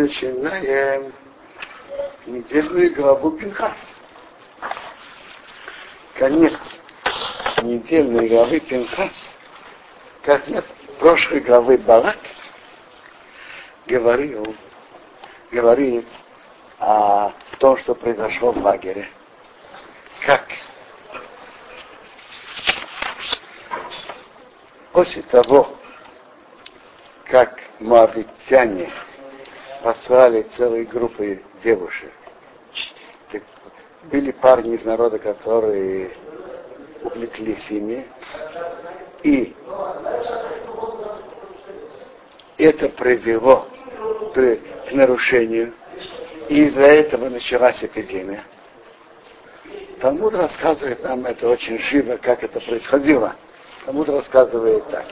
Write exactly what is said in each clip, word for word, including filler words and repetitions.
начинаем недельную главу Пинхас. Конец недельной главы Пинхас. Конец прошлой главы Балак говорил, говорит о том, что произошло в лагере. Как после того, как моавитяне послали целые группы девушек, были парни из народа, которые увлеклись ими, и это привело к нарушению, и из-за этого началась эпидемия. Талмуд рассказывает нам это очень живо, как это происходило. Талмуд рассказывает так,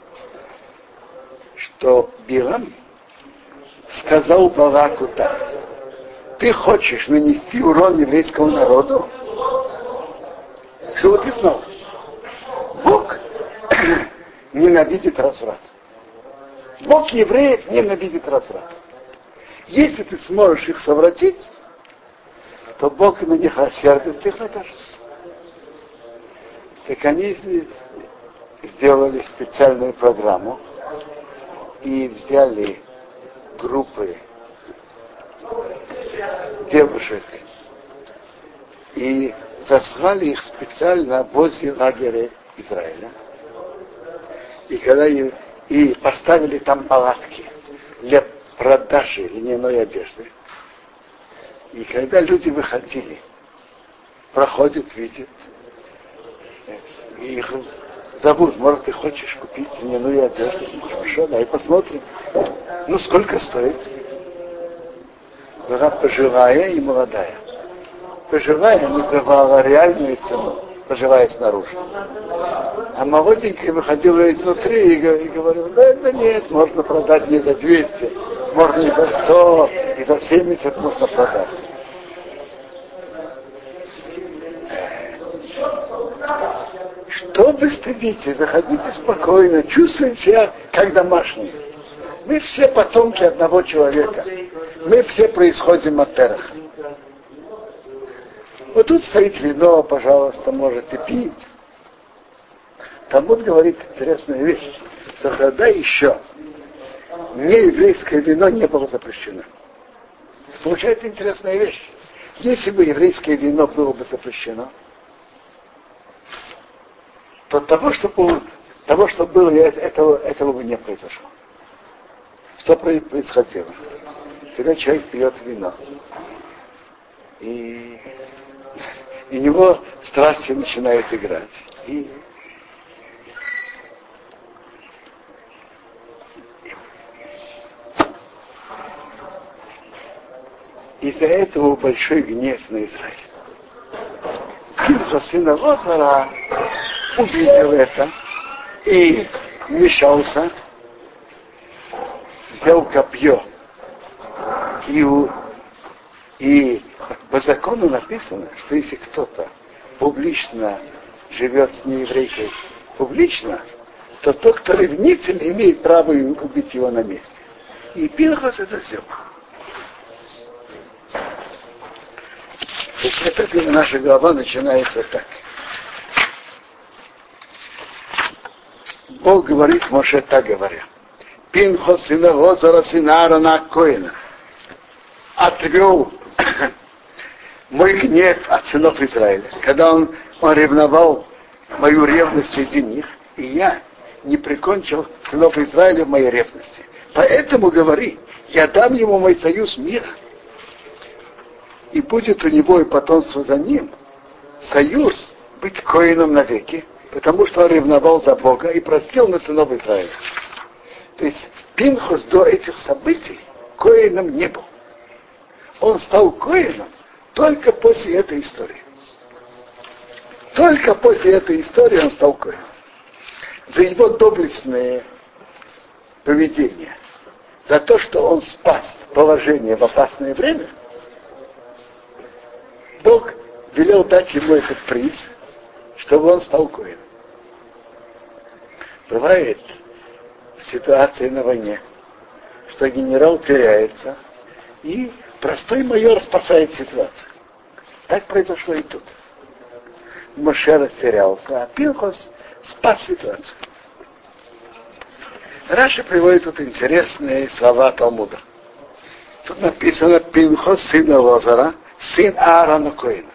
что Билам сказал Балаку так: ты хочешь нанести урон еврейскому народу? Что ты знал? Бог ненавидит разврат. Бог евреев ненавидит разврат. Если ты сможешь их совратить, то Бог на них рассердится, их накажет. Так они сделали специальную программу и взяли группы девушек и заслали их специально возле лагеря Израиля. И когда и, и поставили там палатки для продажи льняной одежды. И когда люди выходили, проходят, видят, и их зовут: может, ты хочешь купить льняную одежду? Ну, хорошо, дай посмотрим. Ну, сколько стоит? Была пожилая и молодая. Пожилая называла реальную цену, пожилая снаружи. А молоденькая выходила изнутри и говорила: да, да нет, можно продать не за двести, можно и за сто, и за семьдесят можно продать. Что вы стыдите? Заходите спокойно, чувствуйте себя как домашние. Мы все потомки одного человека. Мы все происходим от Тераха. Вот тут стоит вино, пожалуйста, можете пить. Талмуд говорит интересную вещь, что когда еще нееврейское вино не было запрещено. Получается интересная вещь. Если бы еврейское вино было бы запрещено, то того, что было, того, что было, этого, этого бы не произошло. Что происходило? Когда человек пьет вино, и, и у него страсти начинают играть. И из-за этого большой гнев на Израиль. Пинхас, сын Элазара, увидел это и вмешался, взял копье. И, и по закону написано, что если кто-то публично живет с нееврейкой публично, то тот, кто ревнитель, имеет право убить его на месте. И Пинхас это сделал. Это наша глава начинается так. Бог говорит Моше так говоря: Пинхас сын Элазара, сын Аарона Коэна, отвел мой гнев от сынов Израиля, когда он, он ревновал мою ревность среди них, и я не прикончил сынов Израиля в моей ревности. Поэтому говори: я дам ему мой союз мира, и будет у него и потомство за ним союз быть коэном навеки, потому что он ревновал за Бога и простил на сынов Израиля. То есть Пинхас до этих событий коэном не был. Он стал коэном только после этой истории. Только после этой истории он стал коэном. За его доблестное поведение, за то, что он спас положение в опасное время, Бог велел дать ему этот приз, чтобы он стал коэном. Бывает в ситуации на войне, что генерал теряется, И простой майор спасает ситуацию. Так произошло и тут. Моше растерялся, а Пинхас спас ситуацию. Раши приводит тут интересные слова Талмуда. Тут написано Пинхас, сын Элозара, сын Аарона Коэна.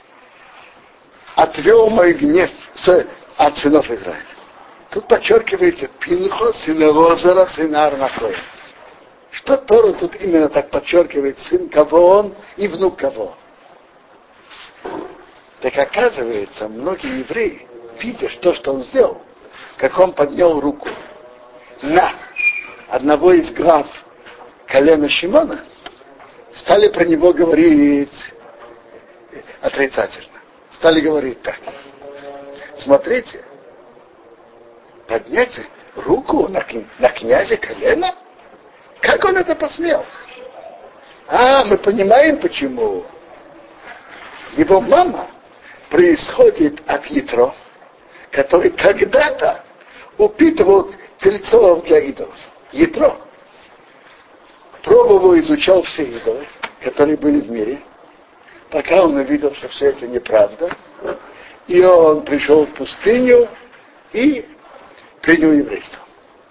Отвел мой гнев с, от сынов Израиля. Тут подчеркивается Пинхас, сын Элозара, сын Аарона Коэна. Что Тора тут именно так подчеркивает, сын кого он и внук кого он. Так оказывается, многие евреи, видя то, что он сделал, как он поднял руку на одного из глав колена Шимона, стали про него говорить отрицательно. Стали говорить так. Смотрите, поднять руку на, на князя колена? Как он это посмел? А, мы понимаем, почему. Его мама происходит от Ятро, который когда-то упитывал тельцов для идолов. Ятро пробовал, изучал все идолы, которые были в мире, пока он увидел, что все это неправда, и он пришел в пустыню и принял еврейство.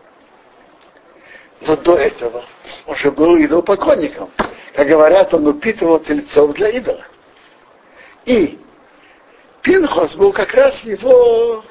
Но до этого он же был идолопоклонником. Как говорят, он упитывал тельцов для идола. И Пинхас был как раз его,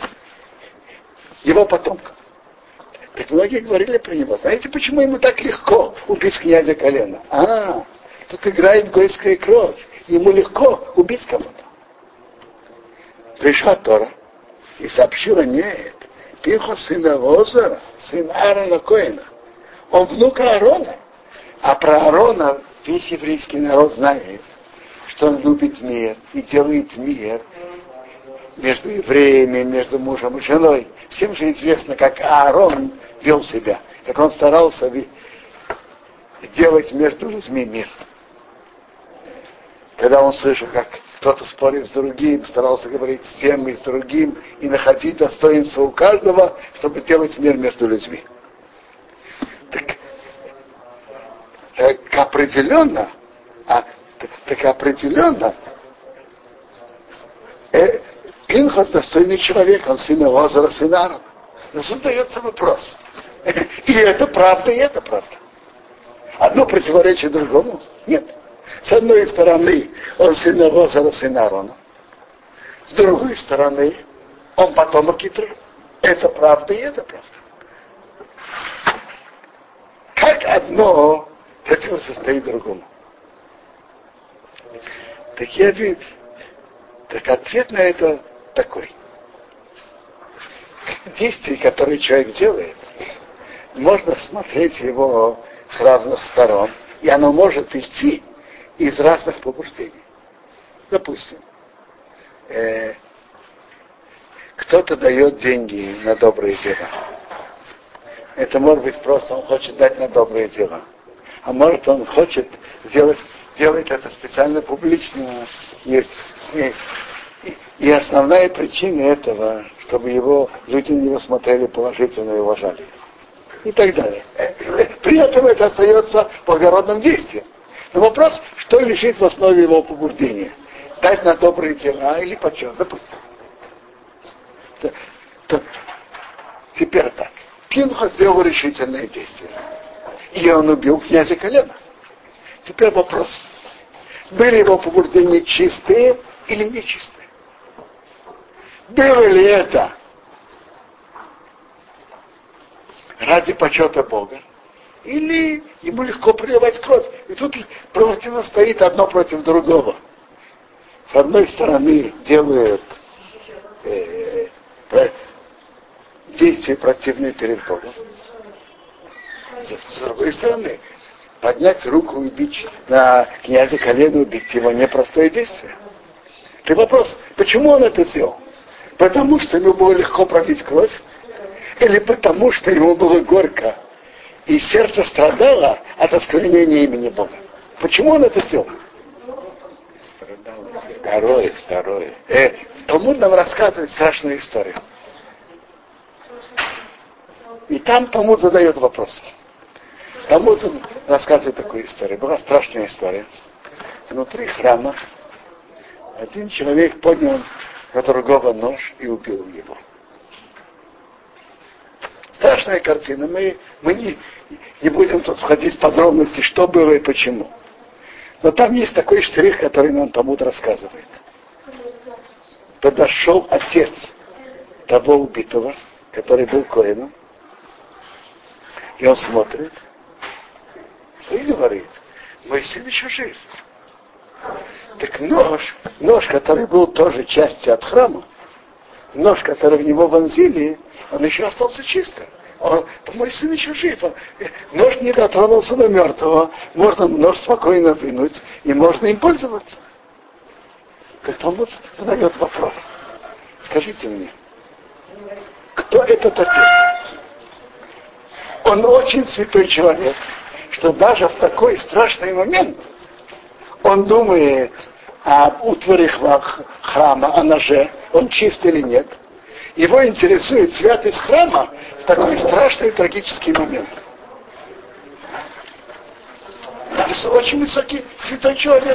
его потомком. Так многие говорили про него. Знаете, почему ему так легко убить князя колена? А, тут играет гойская кровь. Ему легко убить кого-то. Пришла Тора и сообщила: нет, Пинхас сын Элозара, сын Аарона Коэна. Он внук Аарона. А про Аарона весь еврейский народ знает, что он любит мир и делает мир между евреями, между мужем и женой. Всем же известно, как Аарон вел себя, как он старался делать между людьми мир. Когда он слышал, как кто-то спорит с другим, старался говорить с тем и с другим и находить достоинство у каждого, чтобы делать мир между людьми. Так, так определенно, а, так, так определенно, э, Пинхас достойный человек, он сын Элозара, сын Аарона. Но задается вопрос. И это правда, и это правда. Одно противоречит другому? Нет. С одной стороны, он сын Элозара, сын Аарона. С другой стороны, он потомок Итро. Это правда, и это правда. Как одно противостоит другому? Так я вижу, так ответ на это такой. Действие, которое человек делает, можно смотреть его с разных сторон, и оно может идти из разных побуждений. Допустим, э, кто-то дает деньги на добрые дела. Это может быть просто он хочет дать на добрые дела. А может он хочет сделать, делать это специально публично. И, и, и основная причина этого, чтобы его люди на него смотрели положительно и уважали. И так далее. При этом это остается благородным действием. Но вопрос, что лежит в основе его побуждения? Дать на добрые дела или почет? Допустим. То, то, теперь так. Пинхас сделал решительное действие. И он убил князя колена. Теперь вопрос. Были его побуждения чистые или нечистые? Было ли это ради почета Бога? Или ему легко проливать кровь? И тут противостоит одно против другого. С одной стороны делают э, действия противные перед Богом. С другой стороны, поднять руку и бить на князя колено, убить его непростое действие. И вопрос, почему он это сделал? Потому что ему было легко пролить кровь? Или потому что ему было горько и сердце страдало от осквернения имени Бога? Почему он это сделал? Второе, второе. Э, Талмуд нам рассказывает страшную историю. И там Талмуд задает вопрос. Талмуд рассказывает такую историю. Была страшная история. Внутри храма один человек поднял на другого нож и убил его. Страшная картина. Мы, мы не, не будем тут входить в подробности, что было и почему. Но там есть такой штрих, который нам Талмуд рассказывает. Подошел отец того убитого, который был коэном, и он смотрит и говорит: мой сын еще жив. Так нож, нож, который был тоже частью от храма, нож, который в него вонзили, он еще остался чистым. Он, мой сын еще жив. Он, нож не дотронулся до мертвого. Можно нож спокойно вынуть, и можно им пользоваться. Так Талмуд задает вопрос. Скажите мне, кто этот отец? Он очень святой человек, что даже в такой страшный момент он думает о утвари храма, о ноже, он чист или нет. Его интересует святость храма в такой страшный трагический момент. Это очень высокий святой человек.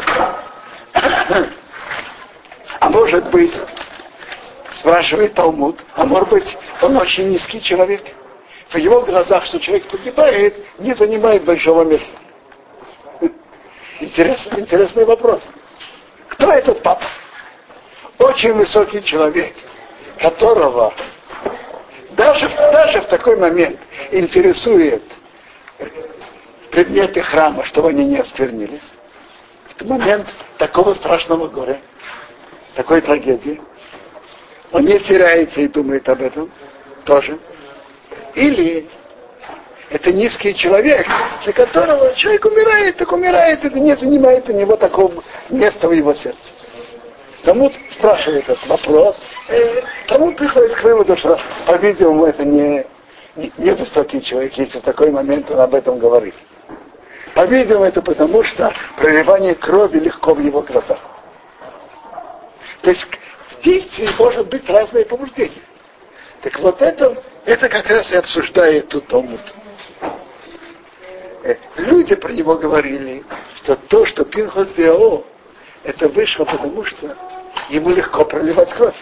А может быть, спрашивает Талмуд, а может быть, он очень низкий человек. В его глазах, что человек погибает, не занимает большого места. Интересный, интересный вопрос. Кто этот папа? Очень высокий человек, которого даже, даже в такой момент интересует предметы храма, чтобы они не осквернились. В момент такого страшного горя, такой трагедии, он не теряется и думает об этом тоже. Или это низкий человек, для которого человек умирает, так умирает, это не занимает у него такого места в его сердце. Кому спрашивает этот вопрос, э, тому приходит к выводу, что, по-видимому, это не, не, не высокий человек, если в такой момент он об этом говорит. По-видимому, это потому, что проливание крови легко в его глазах. То есть в действии может быть разные побуждения. Так вот это, это как раз и обсуждает тут Талмуд. Люди про него говорили, что то, что Пинхас сделал, это вышло потому, что ему легко проливать кровь.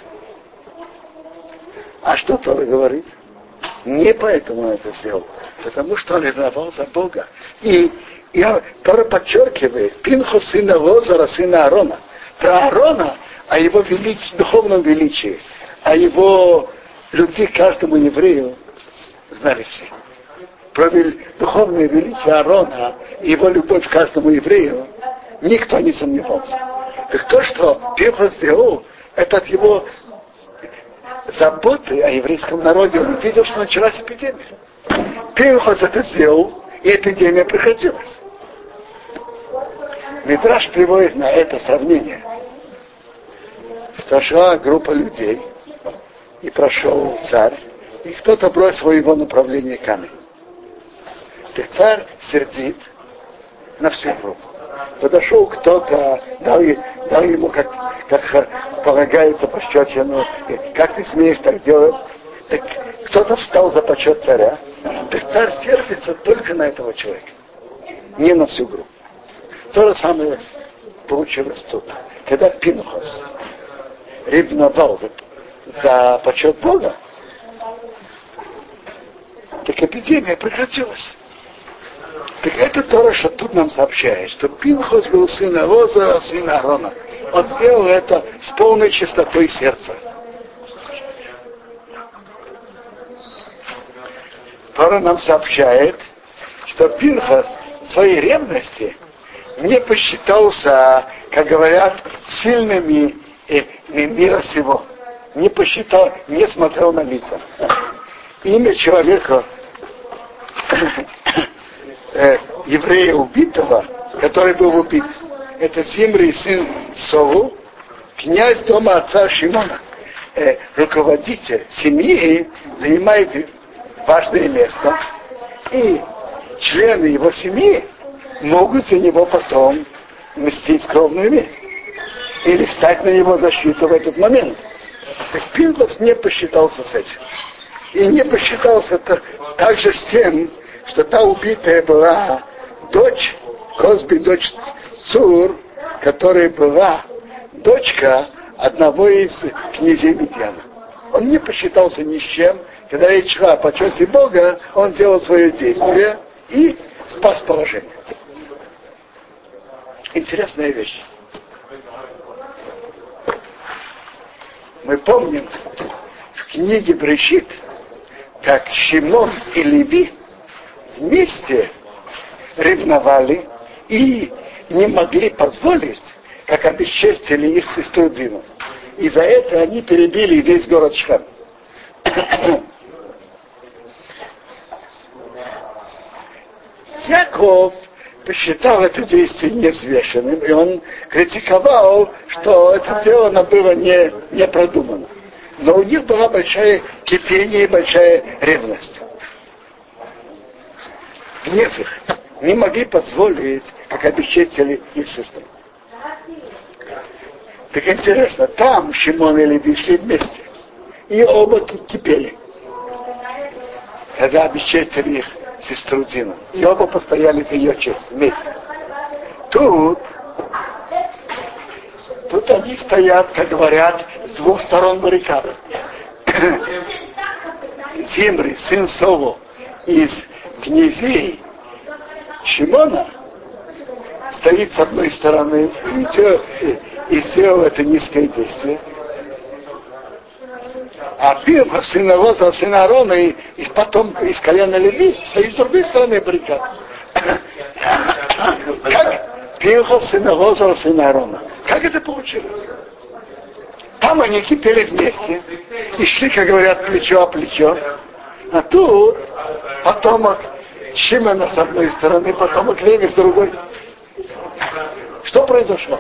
А что Тора говорит? Не поэтому он это сделал, потому что он ревновал за Бога. И, и Тора подчеркивает, Пинхас сына Лозара, сына Аарона. Про Аарона, о его велич, духовном величии, о его любви к каждому еврею знали все. Про духовное величие Аарона и его любовь к каждому еврею никто не сомневался. Так то, что Пинхас сделал, это от его заботы о еврейском народе. Он видел, что началась эпидемия. Пинхас это сделал, и эпидемия прекратилась. Мидраш приводит на это сравнение. Прошла группа людей, и прошел царь, и кто-то бросил в его направление камень. Так царь сердит на всю группу. Подошел кто-то, дал, дал ему, как, как полагается, пощечину, как ты смеешь так делать? Так кто-то встал за почет царя. Так царь сердится только на этого человека, не на всю группу. То же самое получилось тут. Когда Пинхас ревновал за, за почет Бога, так эпидемия прекратилась. Так это Тора, что тут нам сообщает, что Пинхас был сын Лозара, сын Аарона. Он сделал это с полной чистотой сердца. Тора нам сообщает, что Пинхас в своей ревности не посчитался, как говорят, сильными мира сего. Не посчитал, не смотрел на лица. Имя человека, э, еврея убитого, который был убит, это Зимри, сын Сову, князь дома отца Шимона. Э, руководитель семьи занимает важное место, и члены его семьи могут за него потом мстить кровную месть или встать на его защиту в этот момент. Так Пинхас не посчитался с этим. И не посчитался также с тем, что та убитая была дочь Козби, дочь Цур, которая была дочка одного из князей Медьяна. Он не посчитался ни с чем. Когда речь шла о почете Бога, он сделал свое действие и спас положение. Интересная вещь. Мы помним в книге Брешит, как Шимон и Леви вместе ревновали и не могли позволить, как обесчестили их сестру Дину. И за это они перебили весь город Шхем. Яков посчитал это действие невзвешенным, и он критиковал, что это сделано было не, не продумано. Но у них была большая кипение и большая ревность. Гнев их. Не могли позволить, как обесчестили их сестру. Так интересно, там Шимон и Леви шли вместе. И оба кипели. Когда обесчестили их сестру Дину. И оба постояли за ее честь вместе. Тут, тут они стоят, как говорят, с двух сторон баррикады. Зимри, сын Солу, из князей Шимона, стоит с одной стороны и, идет, и, и сделал это низкое действие. А Пинхас, сын Лоза, сын Аарона, и, и потом из колена Леви, стоит с другой стороны баррикады. Как Пинхас, сын Лоза, сын Аарона? Как это получилось? Там они кипели вместе и шли, как говорят, плечо о плечо. А тут потомок Шимона с одной стороны, потомок Леви с другой. Что произошло?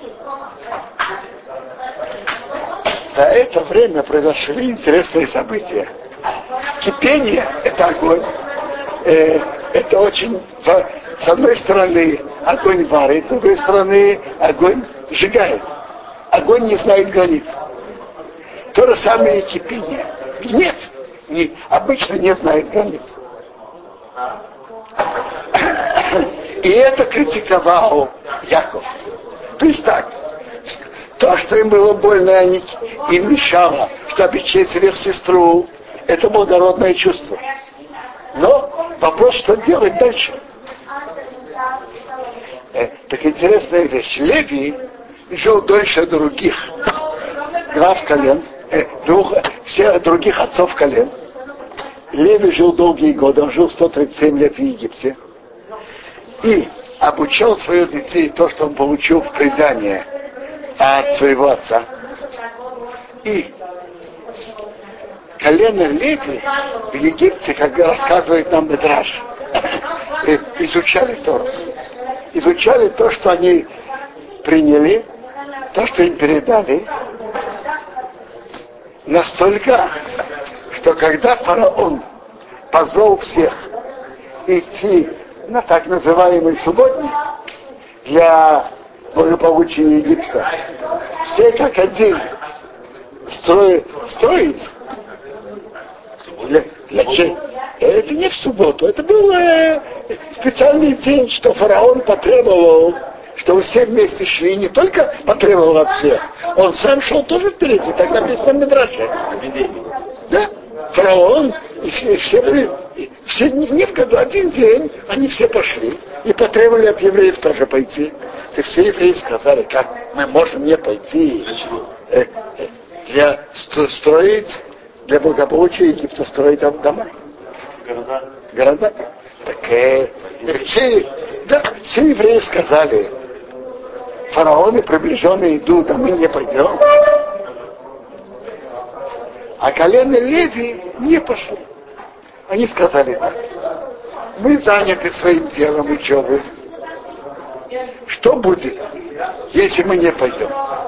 За это время произошли интересные события. Кипение – это огонь. Э, это очень... С одной стороны огонь варит, с другой стороны огонь сжигает. Огонь не знает границ. То же самое и кипение. Гнев не, обычно не знает границ. И это критиковал Яков. То есть так, то, что им было больно, им мешало, что обесчестили их сестру, это благородное чувство. Но вопрос, что делать дальше. Э, так интересная вещь. Леви жил дольше других глав колен, э, двух, всех других отцов колен. Леви жил долгие годы, он жил сто тридцать семь лет в Египте. И обучал своих детей то, что он получил в предании от своего отца. И колено Леви в Египте, как рассказывает нам Медраш, изучали Тору. Изучали то, что они приняли, то, что им передали, настолько, что когда фараон позвал всех идти на так называемый субботник для благополучия Египта, все как один строят, строить для, для чего? Это не в субботу, это был э, специальный день, что фараон потребовал, чтобы все вместе шли, не только потребовал от всех, он сам шел тоже впереди, так написано в Мидраше. Да? Фараон, и все, и все были, и все не в году, один день, они все пошли и потребовали от евреев тоже пойти. И все евреи сказали, как мы можем не пойти э, э, для сто, строить, для благополучия Египта строить дома. Города. Города. Так э, э, все, да, все евреи сказали, фараоны приближенные идут, а мы не пойдем. А колено Леви не пошли. Они сказали так. Мы заняты своим делом учебы. Что будет, если мы не пойдем?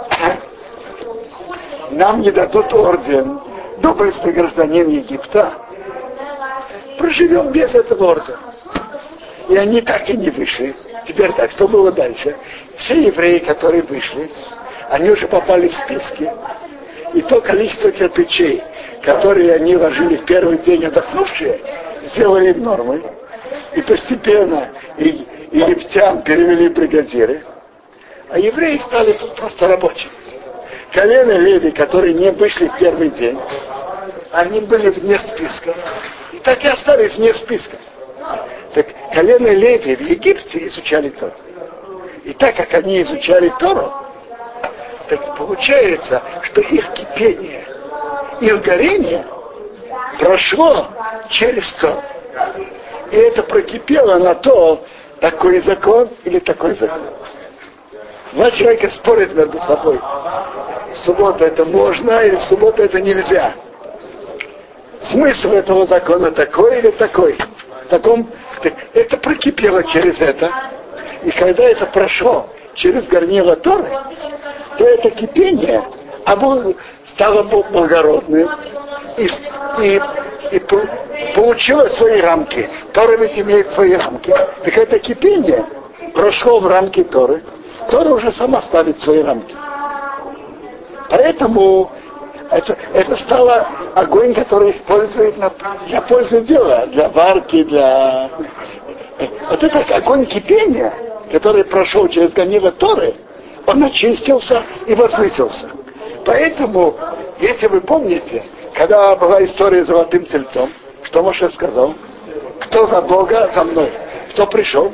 Нам не дадут орден доблестный гражданин Египта. Проживем без этого ордена. И они так и не вышли. Теперь так, что было дальше? Все евреи, которые вышли, они уже попали в списки. И то количество кирпичей, которые они ложили в первый день отдохнувшие, сделали нормой. И постепенно и египтян перевели бригадиры, а евреи стали просто рабочими. Колено Леви, которые не вышли в первый день, они были вне списка. И так и остались вне списка. Так колено Леви в Египте изучали Тору. И так как они изучали Тору, так получается, что их кипение, их горение прошло через Тору. И это прокипело на то, такой закон или такой закон. Два человека спорят между собой. В субботу это можно или в субботу это нельзя. Смысл этого закона такой или такой. В таком, это прокипело через это. И когда это прошло через горнило Торы, то это кипение стало благородным и, и, и получило свои рамки. Тора ведь имеет свои рамки. Так это кипение прошло в рамки Торы. Тора уже сама ставит свои рамки. Поэтому это, это стало огонь, который использует на, для пользы дела, для варки, для... Вот это огонь кипения, который прошел через горнило Торы, он очистился и возвысился. Поэтому, если вы помните, когда была история с золотым тельцом, что Моше сказал? Кто за Бога, за мной. Кто пришел?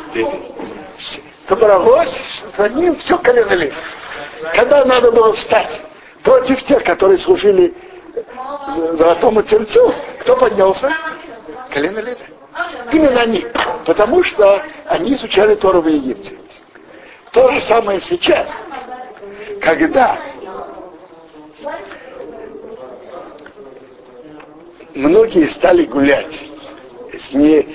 Собралось за ним все колено Леви. Когда надо было встать против тех, которые служили золотому тельцу, кто поднялся? Колено Леви. Именно они. Потому что они изучали Тору в Египте. То же самое сейчас. Когда многие стали гулять с, не,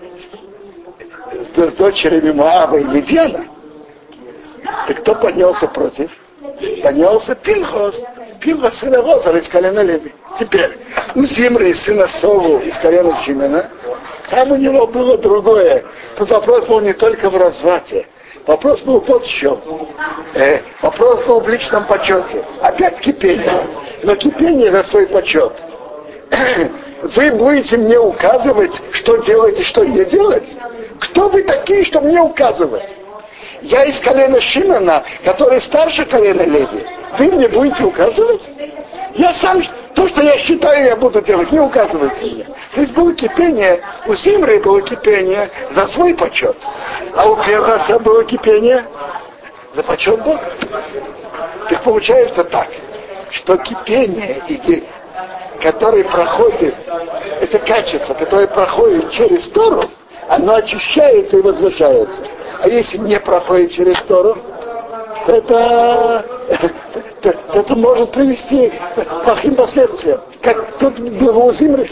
с, с дочерями Моаба и Медьяна, так кто поднялся против? Поднялся Пинхос. Пинхос сына Возара из колена Леви. Теперь у Зимры сына Сову из колена Шимена, там у него было другое. Тут вопрос был не только в разврате. Вопрос был вот в чем. Э, вопрос был в личном почете. Опять кипение. Но кипение за свой почет. Вы будете мне указывать, что делать и что не делать? Кто вы такие, чтобы мне указывать? Я из колена Шимона, который старше колена Леви. Вы мне будете указывать? Я сам, то, что я считаю, я буду делать, не указывайте мне. То есть было кипение, у Зимры было кипение за свой почет. А у Пинхаса было кипение за почет Бога. Так получается так, что кипение, которое проходит, это качество, которое проходит через Тору, оно очищается и возвышается. А если не проходит через Тору, то это, это, это может привести к плохим последствиям. Как тут было у Зимры.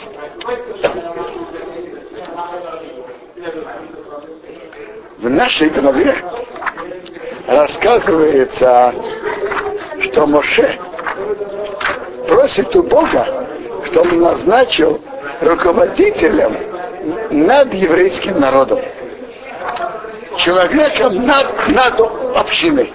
В нашей главе рассказывается, что Моше просит у Бога, чтобы он назначил руководителем над еврейским народом. Человеком над, над общиной.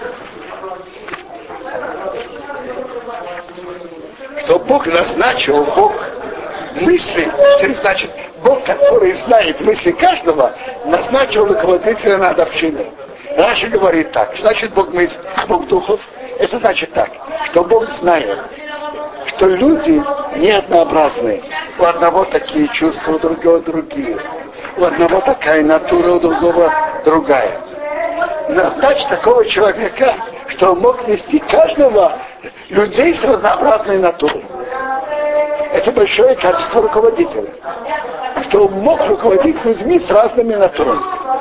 Что Бог назначил, Бог мысли, значит, Бог, который знает мысли каждого, назначил руководителя над общиной. Раши говорит так, значит Бог мысль, Бог духов, это значит так, что Бог знает, что люди не однообразные. У одного такие чувства, у другого другие. У одного такая натура, у другого другая. Назначь такого человека, что он мог вести каждого людей с разнообразной натурой. Это большое качество руководителя. Что он мог руководить людьми с разными натурами.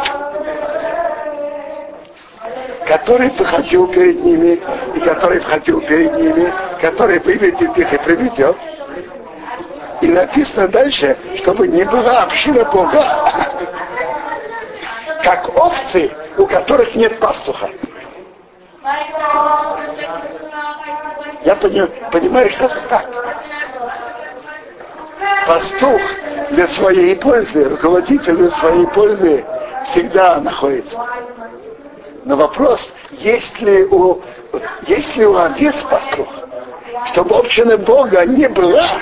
Который выходил перед ними, и который входил перед ними, который выведет их и приведет. И написано дальше, чтобы не была община Бога, как овцы, у которых нет пастуха. Я понимаю, понимаю, что это так. Пастух для своей пользы, руководитель для своей пользы всегда находится. Но вопрос, есть ли у, есть ли у овец пастух, чтобы община Бога не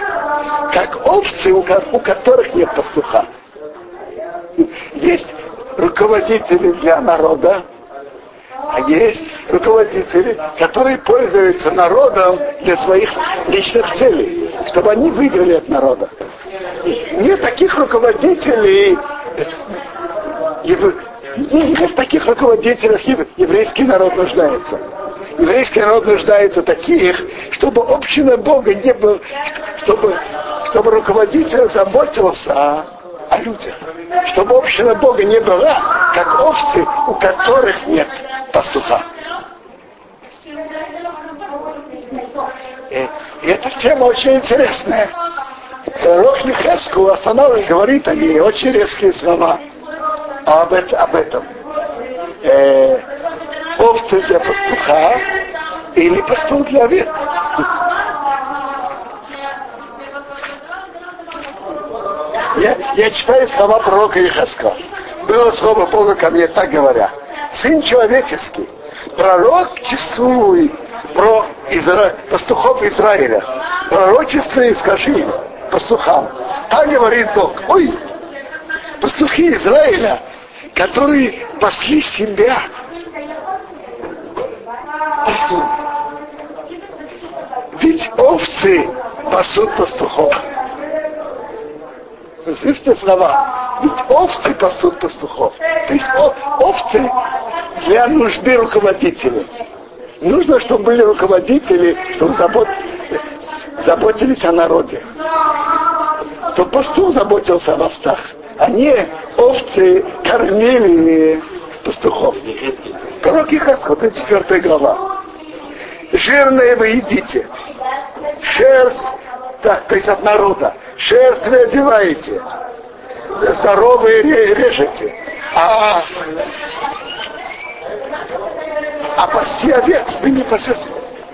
была, как овцы, у, у которых нет пастуха. Есть руководители для народа, а есть руководители, которые пользуются народом для своих личных целей, чтобы они выиграли от народа. Нет таких руководителей, не в таких руководителях еврейский народ нуждается. Еврейский народ нуждается в таких, чтобы община Бога не было, чтобы, чтобы руководитель заботился о, о людях. Чтобы община Бога не была, как овцы, у которых нет пастуха. И, и эта тема очень интересная. Пророк Ехескел останавливает, говорит о ней очень резкие слова об, это, об этом. Э, овцы для пастуха или пастух для овец. Я, я читаю слова пророка Ехескела. Было слово Бога ко мне, так говоря. Сын человеческий, пророчествуй про Изра... пастухов Израиля. Пророчествуй и скажи пастухам. Так говорит Бог. Ой, пастухи Израиля, которые пасли себя. Ведь овцы пасут пастухов. Вы слышите слова? Ведь овцы пасут пастухов. То есть овцы для нужды руководителей. Нужно, чтобы были руководители, чтобы забот... заботились о народе. То пастух заботился об овцах. Они, овцы, кормили пастухов. Пророк Ехескел, это четвертая глава. Жирные вы едите. Шерсть, так, то есть от народа. Шерсть вы одеваете. Здоровые режете. А, а пасти овец вы не пасете.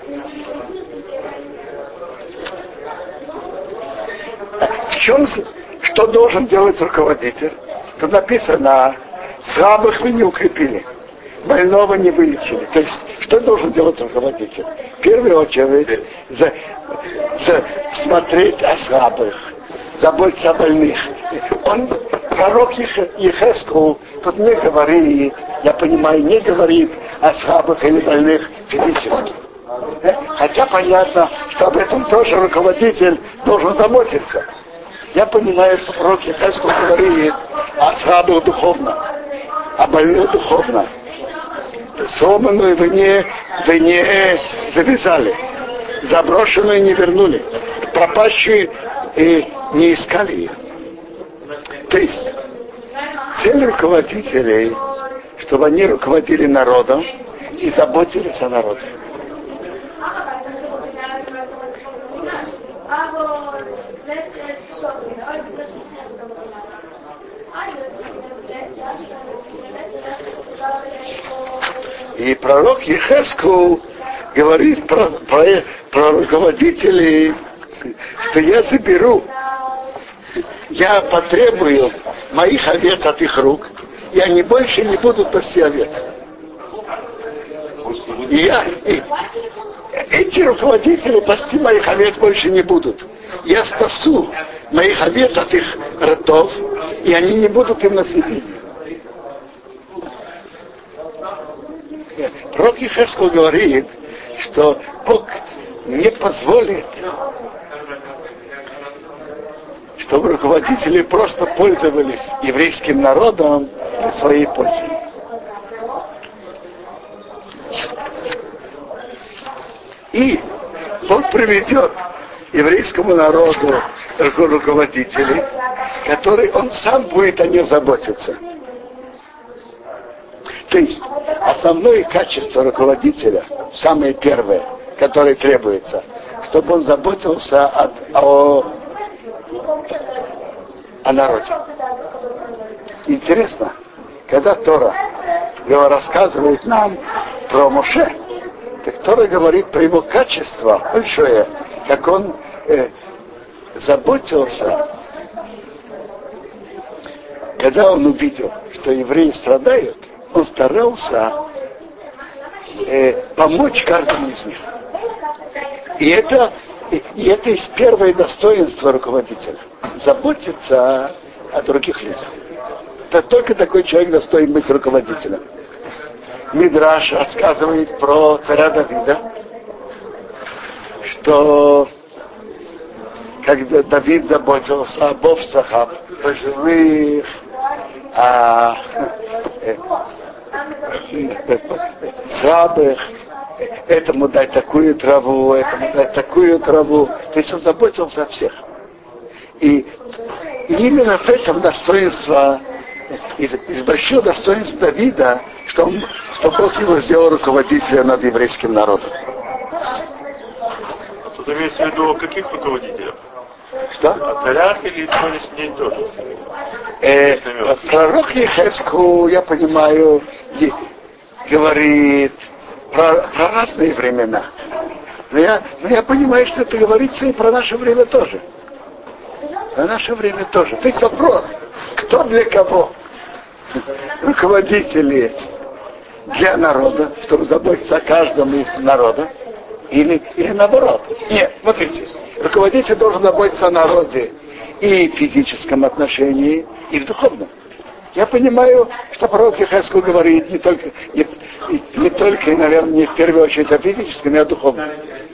В чем, что должен делать руководитель? Тут написано, слабых вы не укрепили, больного не вылечили. То есть, что должен делать руководитель? В первую очередь, за, за, смотреть о слабых, заботиться о больных. Он, пророк Ехескел, тут не говорит, я понимаю, не говорит о слабых или больных физически. Хотя понятно, что об этом тоже руководитель должен заботиться. Я понимаю, что пророк Ехескел говорит о слабых духовно, о больных духовно. Сломанную вы не, вы не завязали, заброшенную не вернули, пропащую и не искали ее. То есть цель руководителей, чтобы они руководили народом и заботились о народе. И пророк Ехескел говорит про, про, про руководителей, что я заберу, я потребую моих овец от их рук, и они больше не будут пасти овец. И я, и эти руководители пасти моих овец больше не будут. Я спасу моих овец от их ртов, и они не будут им на свидетельстве. Пророк Ехескел говорит, что Бог не позволит, чтобы руководители просто пользовались еврейским народом для своей пользы. И Бог приведет еврейскому народу руководителей, которые он сам будет о них заботиться. То есть основное качество руководителя, самое первое, которое требуется, чтобы он заботился от, о, о народе. Интересно, когда Тора рассказывает нам про Моше, так Тора говорит про его качество большое, как он э, заботился, когда он увидел, что евреи страдают, он старался э, помочь каждому из них. И это, и, и это из первое достоинство руководителя. Заботиться о, о других людях. это только такой человек достоин быть руководителем. Мидраш рассказывает про царя Давида, что когда Давид заботился об овцах, пожилых, о слабых, этому дать такую траву, этому дать такую траву. То есть он заботился о всех. И, и именно в этом достоинство, из, из большого достоинства Давида, что, он, что Бог его сделал руководителем над еврейским народом. Тут имеется в виду каких руководителей? Что? О царях или истории с ней тоже? Э, пророк Ехеску, я понимаю, говорит про, про разные времена. Но я, но я понимаю, что это говорится и про наше время тоже. Про наше время тоже. То есть вопрос, кто для кого? Руководители для народа, чтобы заботиться о каждом из народа, или, или наоборот. Нет, смотрите, руководитель должен заботиться о народе и в физическом отношении, и в духовном. Я понимаю, что пророк Ехеску говорит не только, не, не только, наверное, не в первую очередь о физическом, но и о духовном.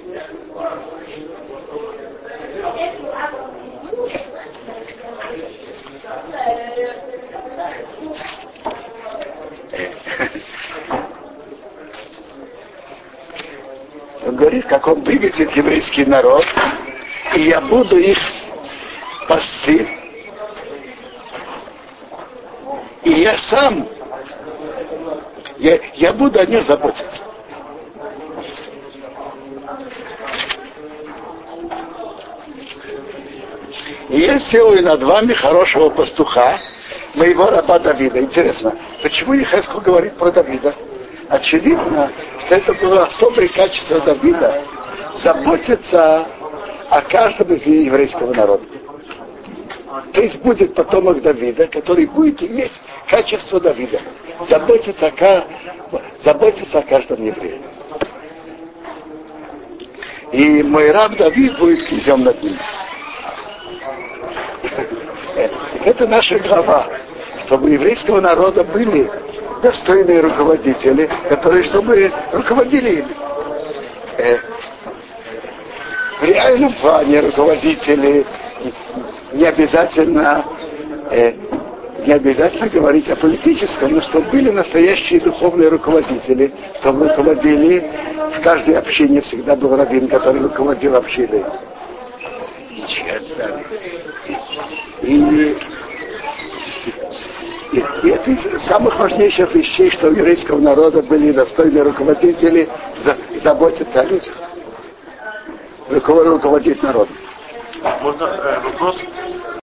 Он говорит, как он выведет еврейский народ, и я буду их пасти, и я сам, я, я буду о них заботиться. И я сделаю над вами хорошего пастуха, моего раба Давида. Интересно, почему Ехеску говорит про Давида? Очевидно, что это было особое качество Давида заботиться о каждом из еврейского народа. То есть будет потомок Давида, который будет иметь качество Давида. Заботиться о, заботиться о каждом еврее. И мой раб Давид будет князем над ним. Это наша глава, чтобы у еврейского народа были достойные руководители, которые чтобы руководили ими. Э, в реальном плане руководители не обязательно э, не обязательно говорить о политическом, но чтобы были настоящие духовные руководители, чтобы руководили в каждой общине всегда был раввин, который руководил общиной. И И, и это из самых важнейших вещей, что у еврейского народа были достойные руководители, за, заботиться о людях, руководить народом. Можно э, вопрос?